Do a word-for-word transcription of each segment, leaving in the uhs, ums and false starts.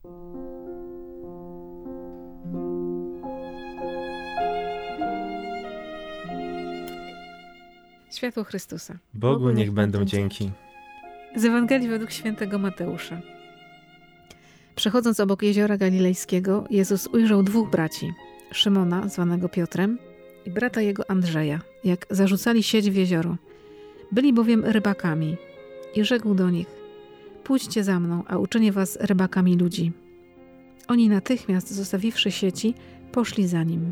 Światło Chrystusa. Bogu, Bogu niech, niech będą dzięki. dzięki. Z Ewangelii według świętego Mateusza. Przechodząc obok jeziora galilejskiego, Jezus ujrzał dwóch braci, Szymona, zwanego Piotrem, i brata jego Andrzeja, jak zarzucali sieć w jezioro. Byli bowiem rybakami. I rzekł do nich: pójdźcie za mną, a uczynię was rybakami ludzi. Oni natychmiast, zostawiwszy sieci, poszli za nim.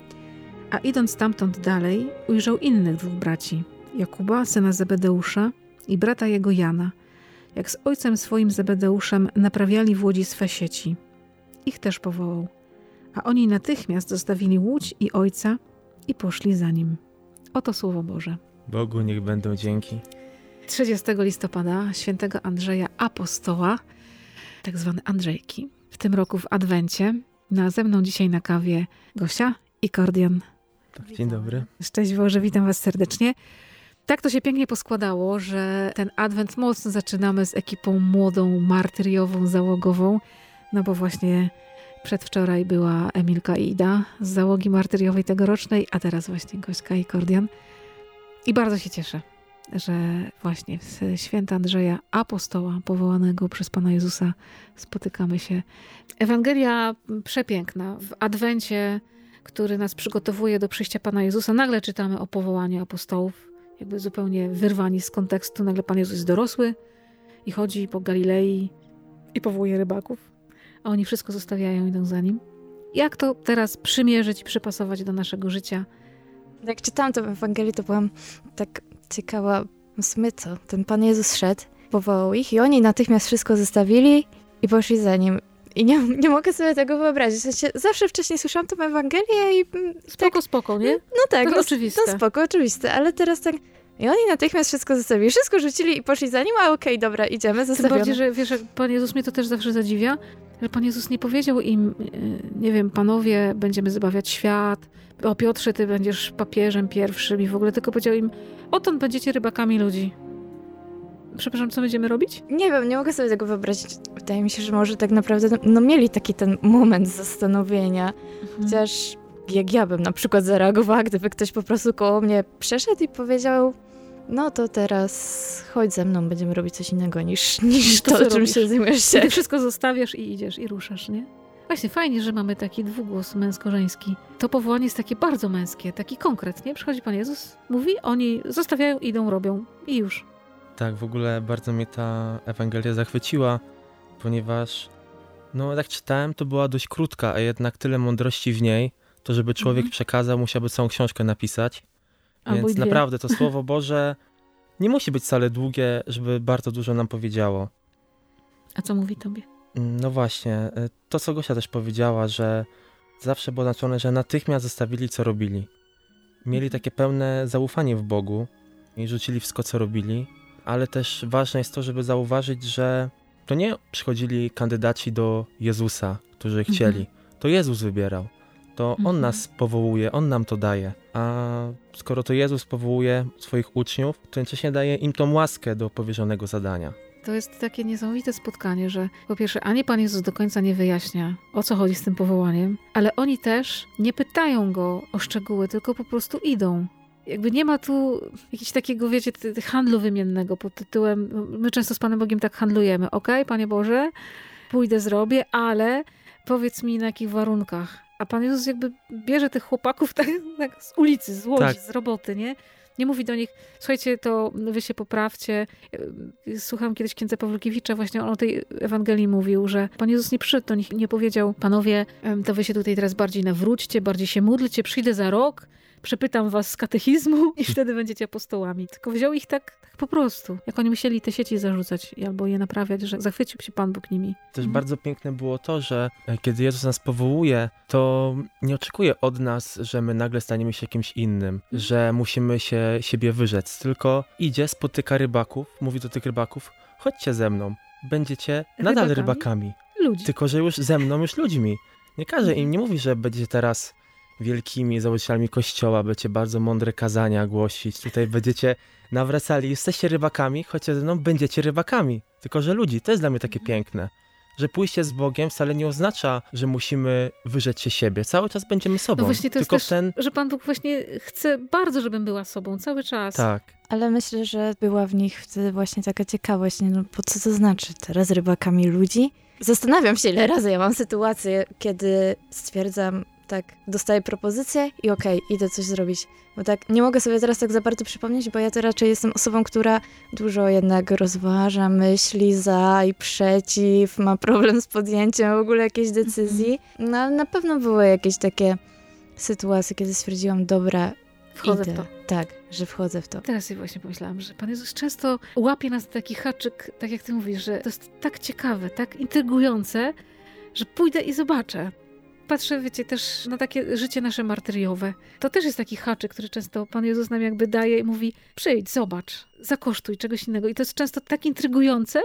A idąc stamtąd dalej, ujrzał innych dwóch braci, Jakuba, syna Zebedeusza, i brata jego Jana, jak z ojcem swoim Zebedeuszem naprawiali w łodzi swe sieci. Ich też powołał. A oni natychmiast zostawili łódź i ojca i poszli za nim. Oto Słowo Boże. Bogu niech będą dzięki. trzydziestego listopada świętego Andrzeja Apostoła, tak zwane Andrzejki, w tym roku w Adwencie. Na ze mną dzisiaj na kawie Gosia i Kordian. Tak, dzień dobry. Szczęść Boże, witam was serdecznie. Tak to się pięknie poskładało, że ten Adwent mocno zaczynamy z ekipą młodą, martyriową, załogową, no bo właśnie przedwczoraj była Emilka i Ida z załogi martyriowej tegorocznej, a teraz właśnie Gośka i Kordian. I bardzo się cieszę, że właśnie w święta Andrzeja Apostoła, powołanego przez Pana Jezusa, spotykamy się. Ewangelia przepiękna. W Adwencie, który nas przygotowuje do przyjścia Pana Jezusa, nagle czytamy o powołaniu apostołów, jakby zupełnie wyrwani z kontekstu. Nagle Pan Jezus jest dorosły i chodzi po Galilei i powołuje rybaków, a oni wszystko zostawiają, idą za nim. Jak to teraz przymierzyć i przypasować do naszego życia? Jak czytałam to w Ewangelii, to byłam tak ciekawa, w sumie co? Ten Pan Jezus szedł, powołał ich i oni natychmiast wszystko zostawili i poszli za nim. I nie, nie mogę sobie tego wyobrazić. W sensie, zawsze wcześniej słyszałam tę Ewangelię i... Spoko, tak, spoko, nie? No tak, to no, oczywiste. No spoko, oczywiste, ale teraz tak... I oni natychmiast wszystko zostawili. Wszystko rzucili i poszli za nim, a okej, okay, dobra, idziemy, zostawiamy. Tym bardziej, że wiesz, jak Pan Jezus mnie to też zawsze zadziwia, że Pan Jezus nie powiedział im, nie wiem, panowie, będziemy zbawiać świat, o Piotrze, ty będziesz papieżem pierwszym i w ogóle, tylko powiedział im, odtąd będziecie rybakami ludzi. Przepraszam, co będziemy robić? Nie wiem, nie mogę sobie tego wyobrazić. Wydaje mi się, że może tak naprawdę no, no mieli taki ten moment zastanowienia. Mhm. Chociaż jak ja bym na przykład zareagowała, gdyby ktoś po prostu koło mnie przeszedł i powiedział: no to teraz chodź ze mną, będziemy robić coś innego niż, niż to, to czym robisz? Się zajmujesz. Ty wszystko zostawiasz i idziesz i ruszasz, nie? Właśnie fajnie, że mamy taki dwugłos męsko-żeński. To powołanie jest takie bardzo męskie, taki konkretnie. Przychodzi Pan Jezus, mówi, oni zostawiają, idą, robią i już. Tak, w ogóle bardzo mnie ta Ewangelia zachwyciła, ponieważ no jak czytałem, to była dość krótka, a jednak tyle mądrości w niej, to żeby człowiek mhm. przekazał, musiałby całą książkę napisać. Albo Więc naprawdę to Słowo Boże nie musi być wcale długie, żeby bardzo dużo nam powiedziało. A co mówi tobie? No właśnie, to co Gosia też powiedziała, że zawsze było znaczone, że natychmiast zostawili, co robili. Mieli takie pełne zaufanie w Bogu i rzucili wszystko, co robili, ale też ważne jest to, żeby zauważyć, że to nie przychodzili kandydaci do Jezusa, którzy chcieli. Mhm. To Jezus wybierał. To On mhm. nas powołuje, On nam to daje. A skoro to Jezus powołuje swoich uczniów, to jednocześnie daje im tą łaskę do powierzonego zadania. To jest takie niesamowite spotkanie, że po pierwsze ani Pan Jezus do końca nie wyjaśnia, o co chodzi z tym powołaniem, ale oni też nie pytają Go o szczegóły, tylko po prostu idą. Jakby nie ma tu jakiegoś takiego, wiecie, handlu wymiennego pod tytułem, my często z Panem Bogiem tak handlujemy. Okej, okay, Panie Boże, pójdę, zrobię, ale powiedz mi na jakich warunkach. A Pan Jezus jakby bierze tych chłopaków tak, tak z ulicy, z łodzi, tak. z roboty, nie? Nie mówi do nich, słuchajcie, to wy się poprawcie. Słuchałam kiedyś księdza Pawlukiewicza, właśnie on o tej Ewangelii mówił, że Pan Jezus nie przyszedł do nich, nie powiedział, panowie, to wy się tutaj teraz bardziej nawróćcie, bardziej się módlcie, przyjdę za rok, przepytam was z katechizmu i wtedy będziecie apostołami. Tylko wziął ich tak, tak po prostu. Jak oni musieli te sieci zarzucać albo je naprawiać, że zachwycił się Pan Bóg nimi. Też mhm. bardzo piękne było to, że kiedy Jezus nas powołuje, to nie oczekuje od nas, że my nagle staniemy się kimś innym, mhm. że musimy się siebie wyrzec, tylko idzie, spotyka rybaków, mówi do tych rybaków, chodźcie ze mną, będziecie nadal rybakami. rybakami. Ludzi. Tylko, że już ze mną, już ludźmi. Nie każe mhm. im, nie mówi, że będziecie teraz wielkimi założycielami kościoła, będziecie bardzo mądre kazania głosić, tutaj będziecie nawracali, jesteście rybakami, chodźcie ze mną, będziecie rybakami. Tylko, że ludzi, to jest dla mnie takie piękne, że pójście z Bogiem wcale nie oznacza, że musimy wyrzec się siebie. Cały czas będziemy sobą. No właśnie to Tylko jest też, ten... że Pan Bóg właśnie chce bardzo, żebym była sobą cały czas. Tak. Ale myślę, że była w nich wtedy właśnie taka ciekawość, nie? No po co to znaczy teraz rybakami ludzi? Zastanawiam się, ile razy ja mam sytuację, kiedy stwierdzam, tak, dostaję propozycję i okej, okay, idę coś zrobić. Bo tak, nie mogę sobie teraz tak za bardzo przypomnieć, bo ja to raczej jestem osobą, która dużo jednak rozważa, myśli za i przeciw, ma problem z podjęciem w ogóle jakiejś decyzji. No ale na pewno były jakieś takie sytuacje, kiedy stwierdziłam, dobra, Wchodzę idę. w to. Tak, że wchodzę w to. Teraz sobie właśnie pomyślałam, że Pan Jezus często łapie nas na taki haczyk, tak jak ty mówisz, że to jest tak ciekawe, tak intrygujące, że pójdę i zobaczę. Patrzę, wiecie, też na takie życie nasze martyriowe. To też jest taki haczyk, który często Pan Jezus nam jakby daje i mówi, przyjdź, zobacz, zakosztuj czegoś innego. I to jest często tak intrygujące,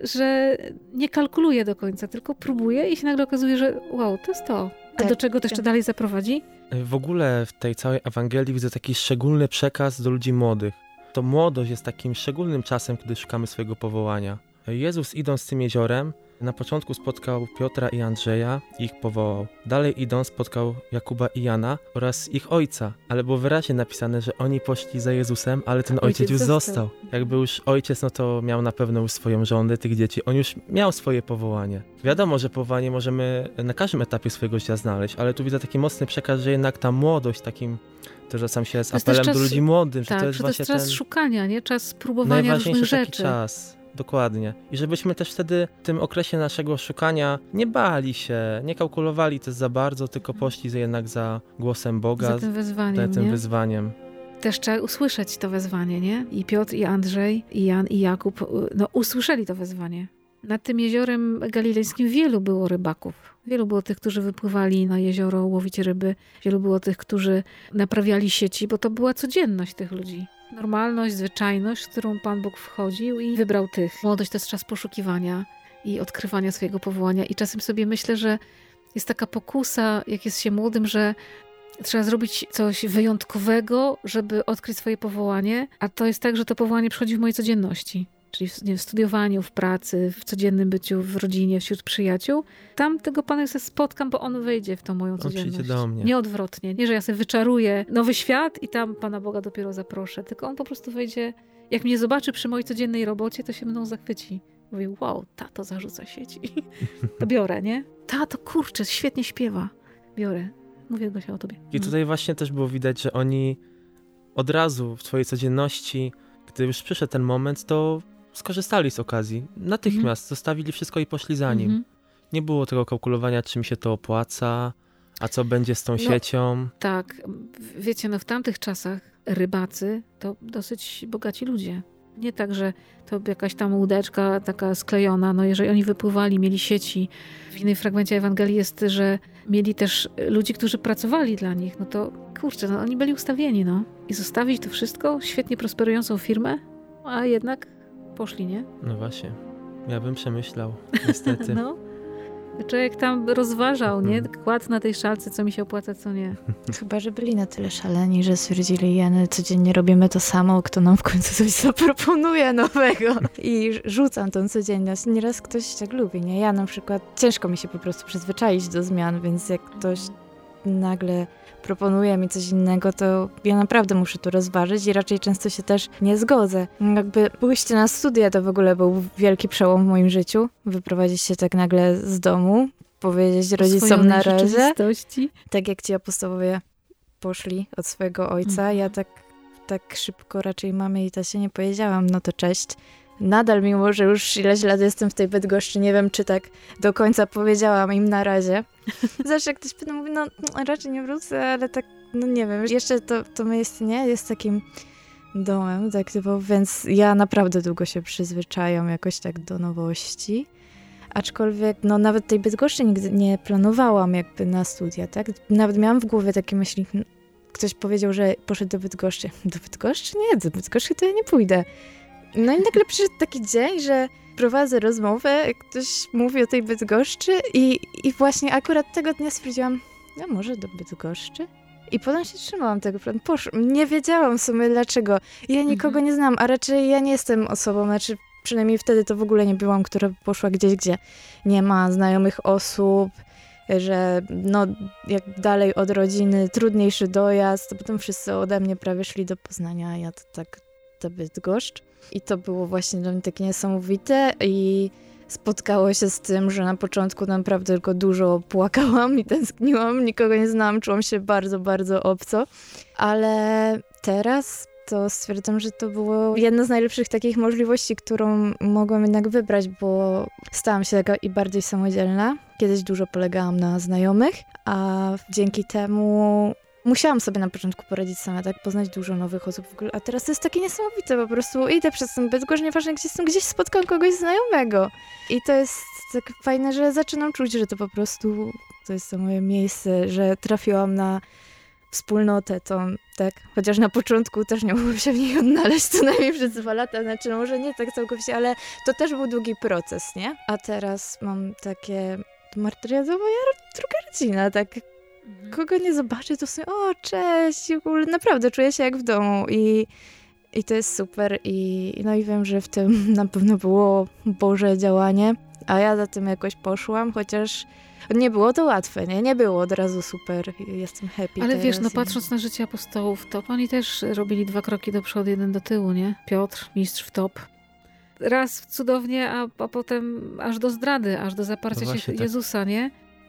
że nie kalkuluje do końca, tylko próbuje i się nagle okazuje, że wow, to jest to. A Tak, do czego to jeszcze tak. dalej zaprowadzi? W ogóle w tej całej Ewangelii widzę taki szczególny przekaz do ludzi młodych. To młodość jest takim szczególnym czasem, kiedy szukamy swojego powołania. Jezus, idąc tym jeziorem, na początku spotkał Piotra i Andrzeja i ich powołał. Dalej idąc spotkał Jakuba i Jana oraz ich ojca, ale było wyraźnie napisane, że oni poszli za Jezusem, ale ten ojciec, Ojciec już został. został. Jakby już ojciec, no to miał na pewno już swoją żonę, tych dzieci. On już miał swoje powołanie. Wiadomo, że powołanie możemy na każdym etapie swojego życia znaleźć, ale tu widzę taki mocny przekaz, że jednak ta młodość takim, to zwracam się z To jest apelem też czas- do ludzi młodych, Tak, że to jest że to jest właśnie czas ten szukania, nie? Czas próbowania różnych najważniejszy taki rzeczy. czas. Dokładnie. I żebyśmy też wtedy w tym okresie naszego szukania nie bali się, nie kalkulowali też za bardzo, tylko poszli jednak za głosem Boga, Za tym wyzwaniem, za tym nie? wyzwaniem. Też trzeba usłyszeć to wezwanie, nie? I Piotr, i Andrzej, i Jan, i Jakub, no usłyszeli to wezwanie. Nad tym jeziorem galilejskim wielu było rybaków. Wielu było tych, którzy wypływali na jezioro łowić ryby. Wielu było tych, którzy naprawiali sieci, bo to była codzienność tych ludzi. Normalność, zwyczajność, w którą Pan Bóg wchodził i wybrał tych. Młodość to jest czas poszukiwania i odkrywania swojego powołania. I czasem sobie myślę, że jest taka pokusa, jak jest się młodym, że trzeba zrobić coś wyjątkowego, żeby odkryć swoje powołanie, a to jest tak, że to powołanie przychodzi w mojej codzienności. Czyli w, nie wiem, w studiowaniu, w pracy, w codziennym byciu, w rodzinie, wśród przyjaciół. Tam tego Pana Jezusa spotkam, bo On wejdzie w tą moją On codzienność. przyjdzie do mnie. Nie odwrotnie. Nie, że ja sobie wyczaruję nowy świat i tam Pana Boga dopiero zaproszę. Tylko On po prostu wejdzie, jak mnie zobaczy przy mojej codziennej robocie, to się mną zachwyci. Mówi, wow, tato zarzuca sieci. To biorę, nie? Tato, kurczę, świetnie śpiewa. Biorę. Mówię Gosia o tobie. I tutaj właśnie też było widać, że oni od razu w twojej codzienności, gdy już przyszedł ten moment, to skorzystali z okazji. Natychmiast Mhm. zostawili wszystko i poszli za nim. Mhm. Nie było tego kalkulowania, czy mi się to opłaca, a co będzie z tą No, siecią. Tak, wiecie, no w tamtych czasach rybacy to dosyć bogaci ludzie. Nie tak, że to jakaś tam łódeczka taka sklejona. No jeżeli oni wypływali, mieli sieci. W innym fragmencie Ewangelii jest, że mieli też ludzi, którzy pracowali dla nich. No to kurczę, no oni byli ustawieni, no. I zostawić to wszystko, świetnie prosperującą firmę, a jednak poszli, nie? No właśnie, ja bym przemyślał, niestety. No. Człowiek tam rozważał, nie? Mhm. Kładł na tej szalce, co mi się opłaca, co nie. Chyba, że byli na tyle szaleni, że stwierdzili, Jany, codziennie robimy to samo, kto nam w końcu coś zaproponuje nowego. I rzucam tą codzienność. Nieraz ktoś tak lubi, nie? Ja na przykład, ciężko mi się po prostu przyzwyczaić do zmian, więc jak ktoś nagle proponuje mi coś innego, to ja naprawdę muszę to rozważyć i raczej często się też nie zgodzę. Jakby pójście na studia to w ogóle był wielki przełom w moim życiu. Wyprowadzić się tak nagle z domu, powiedzieć rodzicom na razie. rzeczywistości. Tak jak ci apostołowie poszli od swojego ojca, Mhm. ja tak, tak szybko raczej mamie i tacie nie powiedziałam, no to cześć. Nadal, mimo że już ileś lat jestem w tej Bydgoszczy, nie wiem, czy tak do końca powiedziałam im na razie. Zawsze jak ktoś pyta, mówi, no, no raczej nie wrócę, ale tak, no nie wiem, jeszcze to, to miejsce, nie, jest takim domem, tak typowo, więc ja naprawdę długo się przyzwyczajam jakoś tak do nowości. Aczkolwiek, no nawet tej Bydgoszczy nigdy nie planowałam jakby na studia, tak? Nawet miałam w głowie takie myśli, ktoś powiedział, że poszedł do Bydgoszczy. Do Bydgoszczy? Nie, do Bydgoszczy to ja nie pójdę. No i nagle przyszedł taki dzień, że prowadzę rozmowę, ktoś mówi o tej Bydgoszczy i, i właśnie akurat tego dnia stwierdziłam, no może do Bydgoszczy? I potem się trzymałam tego planu. Posz... Nie wiedziałam w sumie dlaczego. Ja nikogo Mhm. nie znam, a raczej ja nie jestem osobą, znaczy Przynajmniej wtedy to w ogóle nie byłam, która poszła gdzieś, gdzie nie ma znajomych osób, że no jak dalej od rodziny trudniejszy dojazd, to potem wszyscy ode mnie prawie szli do Poznania, a ja to tak do Bydgoszcz. I to było właśnie dla mnie takie niesamowite i spotkało się z tym, że na początku naprawdę tylko dużo płakałam i tęskniłam, nikogo nie znałam, czułam się bardzo, bardzo obco, ale teraz to stwierdzam, że to było jedna z najlepszych takich możliwości, którą mogłam jednak wybrać, bo stałam się taka i bardziej samodzielna. Kiedyś dużo polegałam na znajomych, a dzięki temu musiałam sobie na początku poradzić sama, tak, poznać dużo nowych osób w ogóle, a teraz to jest takie niesamowite, po prostu idę przez ten Bydgoszcz, nieważne gdzie jestem, gdzieś spotkam kogoś znajomego. I to jest tak fajne, że zaczynam czuć, że to po prostu to jest to moje miejsce, że trafiłam na wspólnotę tą, tak, chociaż na początku też nie mogłam się w niej odnaleźć, co najmniej przez dwa lata, znaczy no może nie tak całkowicie, ale to też był długi proces, nie? A teraz mam takie martyriadowo, ja druga rodzina, tak, kogo nie zobaczę, to sobie, o cześć, w ogóle naprawdę czuję się jak w domu i, i to jest super i no i wiem, że w tym na pewno było Boże działanie, a ja za tym jakoś poszłam, chociaż nie było to łatwe, nie? Nie było od razu super, jestem happy. Ale wiesz, no i... patrząc na życie apostołów, to oni też robili dwa kroki do przodu, jeden do tyłu, nie? Piotr, mistrz w top. Raz cudownie, a, a potem aż do zdrady, aż do zaparcia No się tak. Jezusa, nie?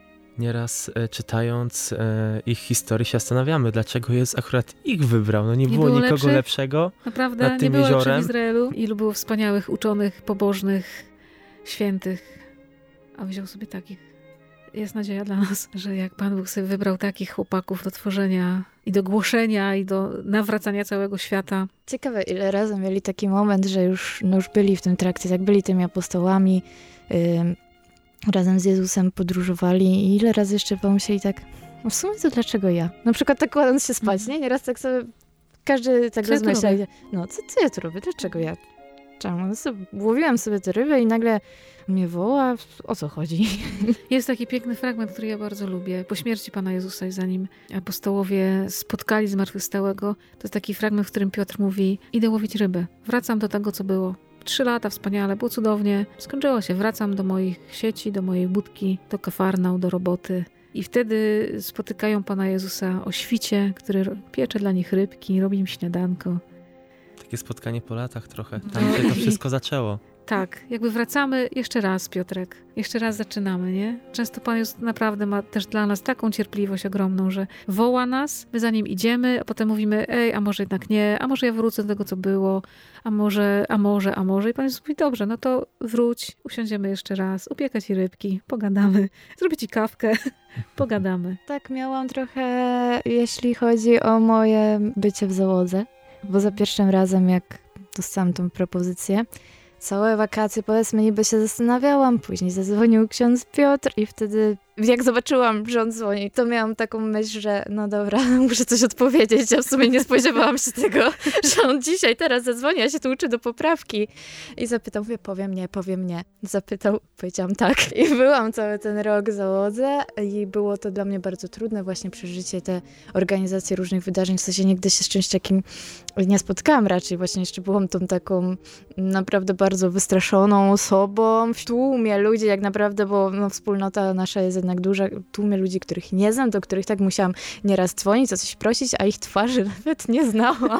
Nieraz e, czytając e, ich historię się zastanawiamy, dlaczego Jezus akurat ich wybrał. No nie, Nie było, było nikogo lepszych? lepszego Naprawdę, nad nie tym było lepszych w jeziorem. Izraelu. Ilu było wspaniałych, uczonych, pobożnych, świętych, a wziął sobie takich. Jest nadzieja dla nas, że jak Pan Bóg sobie wybrał takich chłopaków do tworzenia i do głoszenia i do nawracania całego świata. Ciekawe, ile razy mieli taki moment, że już, no już byli w tym trakcie, tak byli tymi apostołami, yy, razem z Jezusem podróżowali i ile razy jeszcze pomyśleli tak, no w sumie to dlaczego ja? Na przykład tak kładąc się spać, Mhm. nie? Nieraz tak sobie, każdy tak Co ja tu rozmyśla, robię? no co, co ja tu robię? Dlaczego ja? Czemu? No sobie, łowiłam sobie te ryby i nagle mnie woła, o co chodzi? Jest taki piękny fragment, który ja bardzo lubię. Po śmierci Pana Jezusa i zanim apostołowie spotkali zmartwychwstałego, to jest taki fragment, w którym Piotr mówi, idę łowić ryby, wracam do tego, co było. Trzy lata, wspaniale, było cudownie, skończyło się, wracam do moich sieci, do mojej budki, do Kafarnał, do roboty. I wtedy spotykają Pana Jezusa o świcie, który piecze dla nich rybki, robi im śniadanko. Takie spotkanie po latach trochę. No Tam się to i- wszystko zaczęło. Tak, jakby wracamy jeszcze raz, Piotrek. Jeszcze raz zaczynamy, nie? Często Pan Jezus naprawdę ma też dla nas taką cierpliwość ogromną, że woła nas, my za Nim idziemy, a potem mówimy, ej, a może jednak nie, a może ja wrócę do tego, co było, a może, a może, a może. I Pan Jezus mówi, dobrze, no to wróć, usiądziemy jeszcze raz, upiekę Ci rybki, pogadamy, zrobię Ci kawkę, pogadamy. Tak miałam trochę, jeśli chodzi o moje bycie w załodze, bo za pierwszym razem, jak dostałam tą propozycję, całe wakacje, powiedzmy, niby się zastanawiałam, później zadzwonił ksiądz Piotr i wtedy, jak zobaczyłam, że on dzwoni, to miałam taką myśl, że no dobra, muszę coś odpowiedzieć. Ja w sumie nie spodziewałam się tego, że on dzisiaj, teraz zadzwoni, ja się tu uczę do poprawki. I zapytał, mówię, powiem nie, powiem nie. Zapytał, powiedziałam tak. I byłam cały ten rok w załodze i było to dla mnie bardzo trudne właśnie przeżycie, te organizacje różnych wydarzeń. W sensie nigdy się z czymś takim nie spotkałam raczej. Właśnie jeszcze byłam tą taką naprawdę bardzo wystraszoną osobą w tłumie ludzi, jak naprawdę, bo no, wspólnota nasza jest jednak duża, tłumie ludzi, których nie znam, do których tak musiałam nieraz dzwonić, o coś prosić, a ich twarzy nawet nie znałam.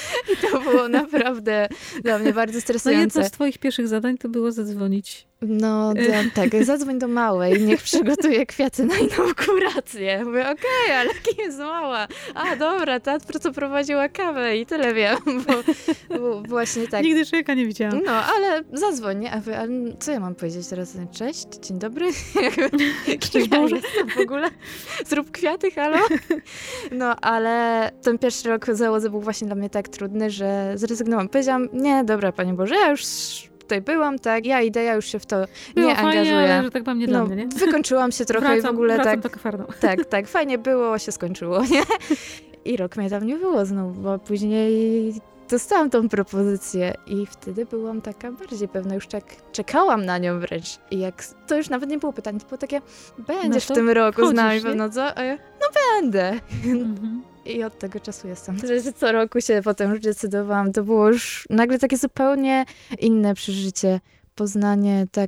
I to było naprawdę dla mnie bardzo No stresujące. jedno z twoich pierwszych zadań to było zadzwonić. No da, tak, zadzwoń do małej, niech przygotuje kwiaty na inaugurację. Mówię, okej, okay, ale kim jest mała? A dobra, ta co prowadziła kawę i tyle wiem, bo, bo właśnie tak. Nigdy człowieka nie widziałam. No, ale zadzwoń, nie? A wy, ale co ja mam powiedzieć teraz? Cześć, dzień dobry. Kim ja jestem w ogóle? Zrób kwiaty, halo? No, ale ten pierwszy rok w załodze był właśnie dla mnie tak trudny, że zrezygnowałam. Powiedziałam, nie, dobra, Panie Boże, ja już tutaj byłam, tak, ja idę, ja już się w to Było nie fajnie, angażuję. ale że tak powiem, nie no, dla mnie, nie? Wykończyłam się trochę wracam, i w ogóle wracam tak, do Kafarnał. tak, tak, fajnie było, się skończyło, nie? I rok mnie tam nie było znowu, bo później dostałam tą propozycję i wtedy byłam taka bardziej pewna, już tak czekałam na nią wręcz. I jak, to już nawet nie było pytań, to było takie, będziesz No to w tym roku z wchodzisz, nami nie? pewno, co? A ja, no będę. Mhm. I od tego czasu jestem. Że co roku się potem już decydowałam. To było już nagle takie zupełnie inne przeżycie. Poznanie tak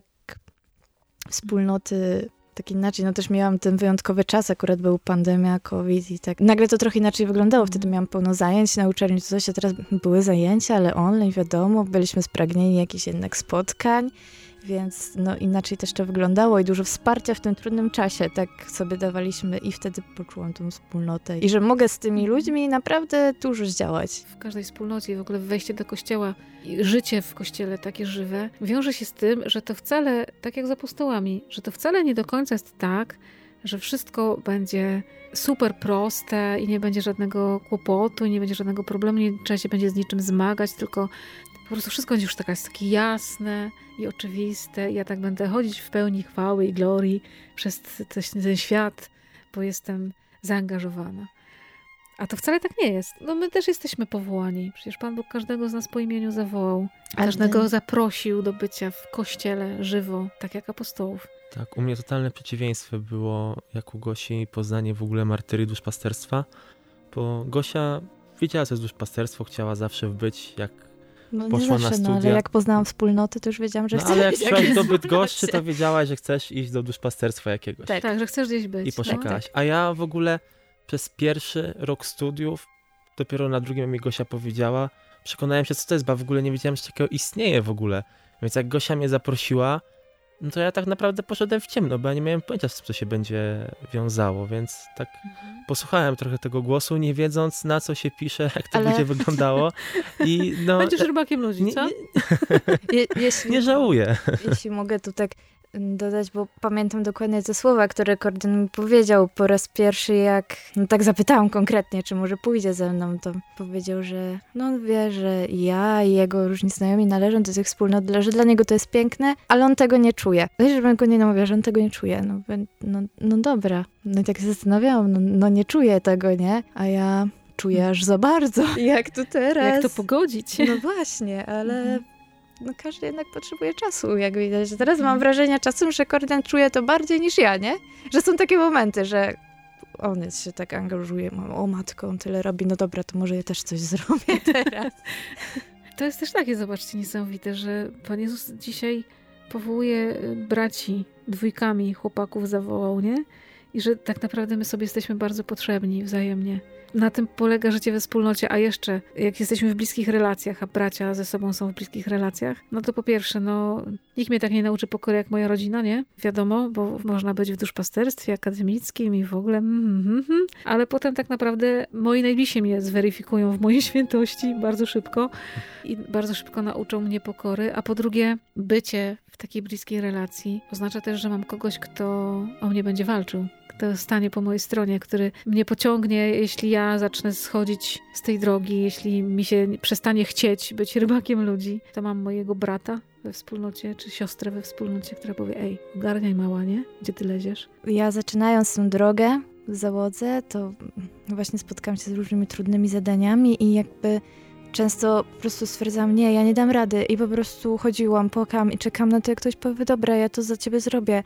wspólnoty tak inaczej. No też miałam ten wyjątkowy czas, akurat był pandemia, COVID i tak. Nagle to trochę inaczej wyglądało. Wtedy miałam pełno zajęć na uczelni, to coś, a teraz były zajęcia, ale online, wiadomo. Byliśmy spragnieni jakichś jednak spotkań. Więc no inaczej też to wyglądało i dużo wsparcia w tym trudnym czasie, tak sobie dawaliśmy i wtedy poczułam tą wspólnotę i że mogę z tymi ludźmi naprawdę dużo zdziałać. W każdej wspólnocie i w ogóle wejście do kościoła i życie w kościele takie żywe wiąże się z tym, że to wcale, tak jak z apostołami, że to wcale nie do końca jest tak, że wszystko będzie super proste i nie będzie żadnego kłopotu, nie będzie żadnego problemu, nie trzeba się będzie z niczym zmagać, tylko po prostu wszystko będzie już taka, takie jasne i oczywiste. Ja tak będę chodzić w pełni chwały i glorii przez ten, ten świat, bo jestem zaangażowana. A to wcale tak nie jest. No my też jesteśmy powołani. Przecież Pan Bóg każdego z nas po imieniu zawołał. Każdego ten... zaprosił do bycia w kościele żywo, tak jak apostołów. Tak, u mnie totalne przeciwieństwo było, jak u Gosi, poznanie w ogóle martyrii duszpasterstwa, bo Gosia wiedziała, co jest duszpasterstwo, chciała zawsze być, jak no poszła zawsze, na studia. No, ale jak poznałam wspólnotę, to już wiedziałam, że no, chcę ale jak być przyszłaś do Bydgoszczy, to wiedziałaś, że chcesz iść do duszpasterstwa jakiegoś. Tak, tak, że chcesz gdzieś być. I poczekałaś. Tak. A ja w ogóle przez pierwszy rok studiów, dopiero na drugim mi Gosia powiedziała, przekonałem się, co to jest, bo w ogóle nie wiedziałem, że takiego istnieje w ogóle. Więc jak Gosia mnie zaprosiła, no to ja tak naprawdę poszedłem w ciemno, bo ja nie miałem pojęcia, z czym to się będzie wiązało, więc tak mhm. posłuchałem trochę tego głosu, nie wiedząc, na co się pisze, jak to Ale... będzie wyglądało. I no, Będziesz rybakiem ludzi, nie, co? Nie, Je, jeśli, nie żałuję. Jeśli mogę tu tak dodać, bo pamiętam dokładnie te słowa, które Kordian mi powiedział po raz pierwszy, jak no tak zapytałam konkretnie, czy może pójdzie ze mną, to powiedział, że no on wie, że ja i jego różni znajomi należą do tych wspólnot, że dla niego to jest piękne, ale on tego nie czuje. No i żebym go nie namówiła, że on tego nie czuje. No, no, no dobra. No i tak się zastanawiałam, no, no nie czuję tego, nie? A ja czuję aż za bardzo. Jak tu teraz? Jak to pogodzić? No właśnie, ale... Mhm. No każdy jednak potrzebuje czasu, jak widać. Teraz mam wrażenie czasem, że Kordian czuje to bardziej niż ja, nie? Że są takie momenty, że on jest, się tak angażuje. O matko, on tyle robi, no dobra, to może ja też coś zrobię teraz. To jest też takie, zobaczcie, niesamowite, że Pan Jezus dzisiaj powołuje braci, dwójkami chłopaków zawołał, nie? I że tak naprawdę my sobie jesteśmy bardzo potrzebni wzajemnie. Na tym polega życie we wspólnocie, a jeszcze jak jesteśmy w bliskich relacjach, a bracia ze sobą są w bliskich relacjach, no to po pierwsze, no nikt mnie tak nie nauczy pokory jak moja rodzina, nie? Wiadomo, bo można być w duszpasterstwie akademickim i w ogóle mm, mm, mm. ale potem tak naprawdę moi najbliżsi mnie zweryfikują w mojej świętości bardzo szybko i bardzo szybko nauczą mnie pokory, a po drugie bycie w takiej bliskiej relacji oznacza też, że mam kogoś, kto o mnie będzie walczył. Kto stanie po mojej stronie, który mnie pociągnie, jeśli ja zacznę schodzić z tej drogi, jeśli mi się przestanie chcieć być rybakiem ludzi, to mam mojego brata we wspólnocie, czy siostrę we wspólnocie, która powie, ej, ogarniaj mała, nie? Gdzie ty leziesz? Ja zaczynając tę drogę w załodze, to właśnie spotkałam się z różnymi trudnymi zadaniami i jakby często po prostu stwierdzałam, nie, ja nie dam rady i po prostu chodziłam, płakałam i czekam na to, jak ktoś powie, dobra, ja to za ciebie zrobię.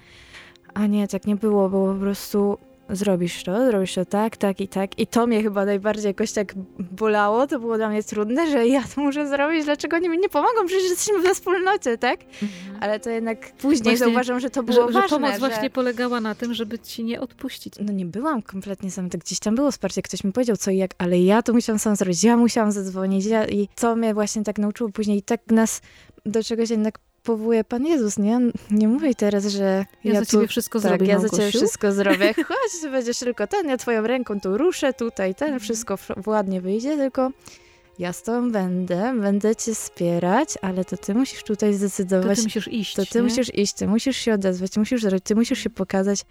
A nie, tak nie było, bo po prostu zrobisz to, zrobisz to tak, tak i tak. I to mnie chyba najbardziej jakoś tak bolało, to było dla mnie trudne, że ja to muszę zrobić, dlaczego oni mi nie pomogą, przecież jesteśmy we wspólnocie, tak? Mhm. Ale to jednak później właśnie, zauważam, że to było że, ważne. Że pomoc że... właśnie polegała na tym, żeby ci nie odpuścić. No nie byłam kompletnie sama, tak gdzieś tam było wsparcie, ktoś mi powiedział co i jak, ale ja to musiałam sam zrobić, ja musiałam zadzwonić ja... i co mnie właśnie tak nauczyło później i tak nas do czegoś jednak powołuje Pan Jezus, nie? Nie mówię teraz, że ja, ja za tu, ciebie wszystko tak, zrobię, ja Małgosiu. za ciebie wszystko zrobię. Chodź, ty będziesz tylko ten, ja twoją ręką tu ruszę, tutaj ten, wszystko ładnie wyjdzie, tylko ja z tobą będę, będę cię wspierać, ale to ty musisz tutaj zdecydować. To ty musisz iść, To ty nie? musisz iść, ty musisz się odezwać, musisz zrobić, ty musisz się pokazać,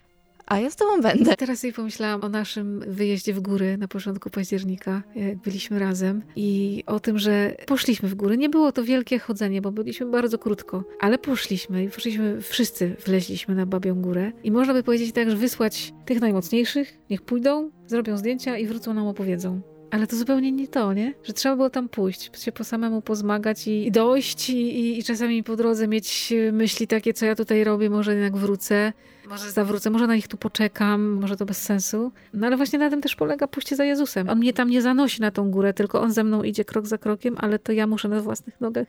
a ja z tobą będę. Teraz sobie pomyślałam o naszym wyjeździe w góry na początku października, jak byliśmy razem i o tym, że poszliśmy w góry. Nie było to wielkie chodzenie, bo byliśmy bardzo krótko, ale poszliśmy i poszliśmy, wszyscy wleźliśmy na Babią Górę i można by powiedzieć tak, że wysłać tych najmocniejszych, niech pójdą, zrobią zdjęcia i wrócą nam opowiedzą. Ale to zupełnie nie to, nie? Że trzeba było tam pójść, się po samemu pozmagać i, i dojść i, i, i czasami po drodze mieć myśli takie, co ja tutaj robię, może jednak wrócę, może zawrócę, może na nich tu poczekam, może to bez sensu. No ale właśnie na tym też polega pójście za Jezusem. On mnie tam nie zanosi na tą górę, tylko On ze mną idzie krok za krokiem, ale to ja muszę na własnych nogach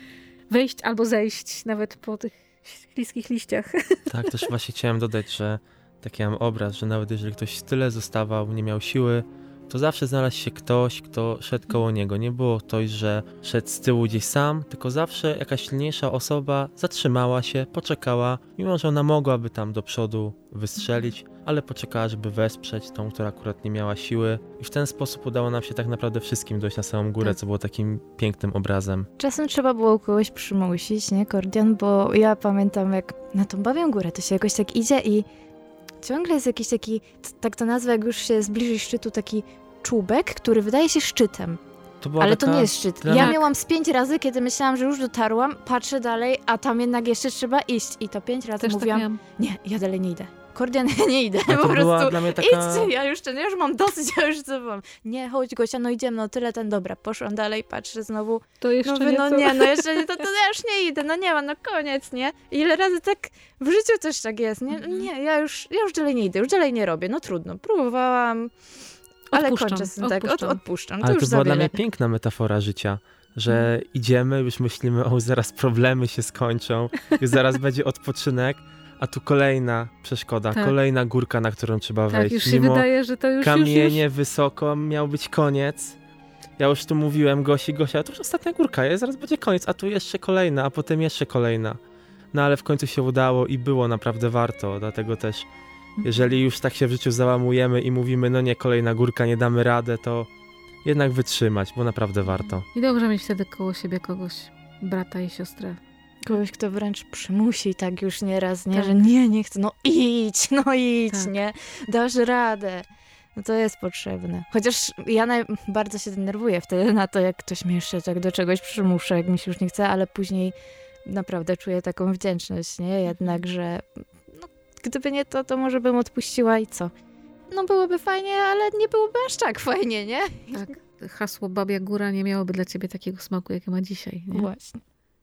wejść albo zejść, nawet po tych śliskich liściach. Tak, też właśnie chciałem dodać, że taki mam obraz, że nawet jeżeli ktoś tyle zostawał, nie miał siły, to zawsze znalazł się ktoś, kto szedł koło niego. Nie było ktoś, że szedł z tyłu gdzieś sam, tylko zawsze jakaś silniejsza osoba zatrzymała się, poczekała, mimo że ona mogłaby tam do przodu wystrzelić, ale poczekała, żeby wesprzeć tą, która akurat nie miała siły. I w ten sposób udało nam się tak naprawdę wszystkim dojść na samą górę, Tak. co było takim pięknym obrazem. Czasem trzeba było kogoś przymusić, nie, Kordian? Bo ja pamiętam, jak na tą Babią Górę to się jakoś tak idzie i ciągle jest jakiś taki, tak to nazwę, jak już się zbliży szczytu, taki czubek, który wydaje się szczytem. To była Ale taka... to nie jest szczyt. dla Ja mnie- miałam z pięć razy, kiedy myślałam, że już dotarłam, patrzę dalej, a tam jednak jeszcze trzeba iść. I to pięć razy Też mówiłam, tak miałam. nie, ja dalej nie idę. Kordian, ja nie idę. Ale Po to była prostu dla mnie taka... idźcie, ja już, ja już mam dosyć, ja już co mam. Nie, chodź Gosia, no idziemy, no tyle ten, dobra, poszłam dalej, patrzę znowu. To jeszcze No, wy, nie no to. nie, no jeszcze nie, to, to ja już nie idę, no nie ma, no koniec, nie? Ile razy tak w życiu też tak jest, nie? Mhm. Nie, ja już, ja już dalej nie idę, już dalej nie robię, no trudno, próbowałam, ale Odpuszczam, kończę z tym, tak, od, odpuszczam. odpuszczam, to Ale już to za była dla wiele. mnie piękna metafora życia, że idziemy, już myślimy, o zaraz problemy się skończą, już zaraz będzie odpoczynek, a tu kolejna przeszkoda, Tak. kolejna górka, na którą trzeba Tak, wejść. już się Mimo wydaje, że to już, kamienie już, już. wysoko, miał być koniec. Ja już tu mówiłem Gosi, Gosia, to już ostatnia górka jest, zaraz będzie koniec, a tu jeszcze kolejna, a potem jeszcze kolejna. No ale w końcu się udało i było naprawdę warto, dlatego też jeżeli już tak się w życiu załamujemy i mówimy, no nie, kolejna górka, nie damy radę, to jednak wytrzymać, bo naprawdę warto. I dobrze mieć wtedy koło siebie kogoś, brata i siostrę. Kogoś, kto wręcz przymusi tak już nieraz, nie? Tak. Że nie, nie chcę, no idź, no idź, Tak. nie? Dasz radę. No to jest potrzebne. Chociaż ja naj... bardzo się denerwuję wtedy na to, jak ktoś mnie jeszcze tak do czegoś przymusza, jak mi się już nie chce, ale później naprawdę czuję taką wdzięczność, nie? Jednak, że no, gdyby nie to, to może bym odpuściła i co? No byłoby fajnie, ale nie byłoby aż tak fajnie, nie? Tak. Hasło Babia Góra nie miałoby dla ciebie takiego smaku, jakie ma dzisiaj. Nie? Właśnie.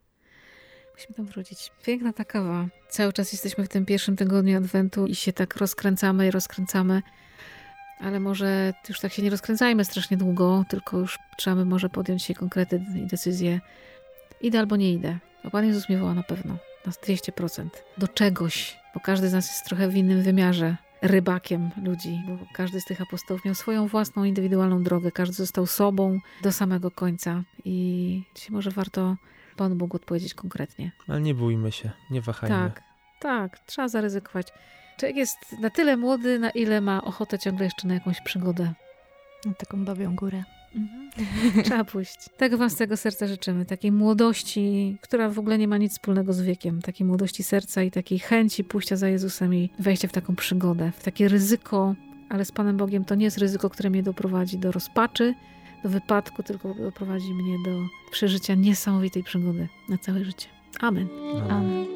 Musimy tam wrócić. Piękna ta kawa. Cały czas jesteśmy w tym pierwszym tygodniu Adwentu i się tak rozkręcamy i rozkręcamy. Ale może już tak się nie rozkręcajmy strasznie długo, tylko już trzeba by może podjąć się konkrety i decyzje. Idę albo nie idę. Bo Pan Jezus mnie woła na pewno. Na dwieście procent. Do czegoś. Bo każdy z nas jest trochę w innym wymiarze. Rybakiem ludzi. Bo każdy z tych apostołów miał swoją własną, indywidualną drogę. Każdy został sobą do samego końca. I dzisiaj może warto Panu Bogu odpowiedzieć konkretnie. Ale nie bójmy się, nie wahajmy. Tak, tak, trzeba zaryzykować. Człowiek jest na tyle młody, na ile ma ochotę ciągle jeszcze na jakąś przygodę. Na taką Babią Górę. Trzeba pójść. Tego wam z tego serca życzymy. Takiej młodości, która w ogóle nie ma nic wspólnego z wiekiem. Takiej młodości serca i takiej chęci pójścia za Jezusem i wejścia w taką przygodę. W takie ryzyko, ale z Panem Bogiem to nie jest ryzyko, które mnie doprowadzi do rozpaczy, do wypadku, tylko doprowadzi mnie do przeżycia niesamowitej przygody na całe życie. Amen. No. Amen.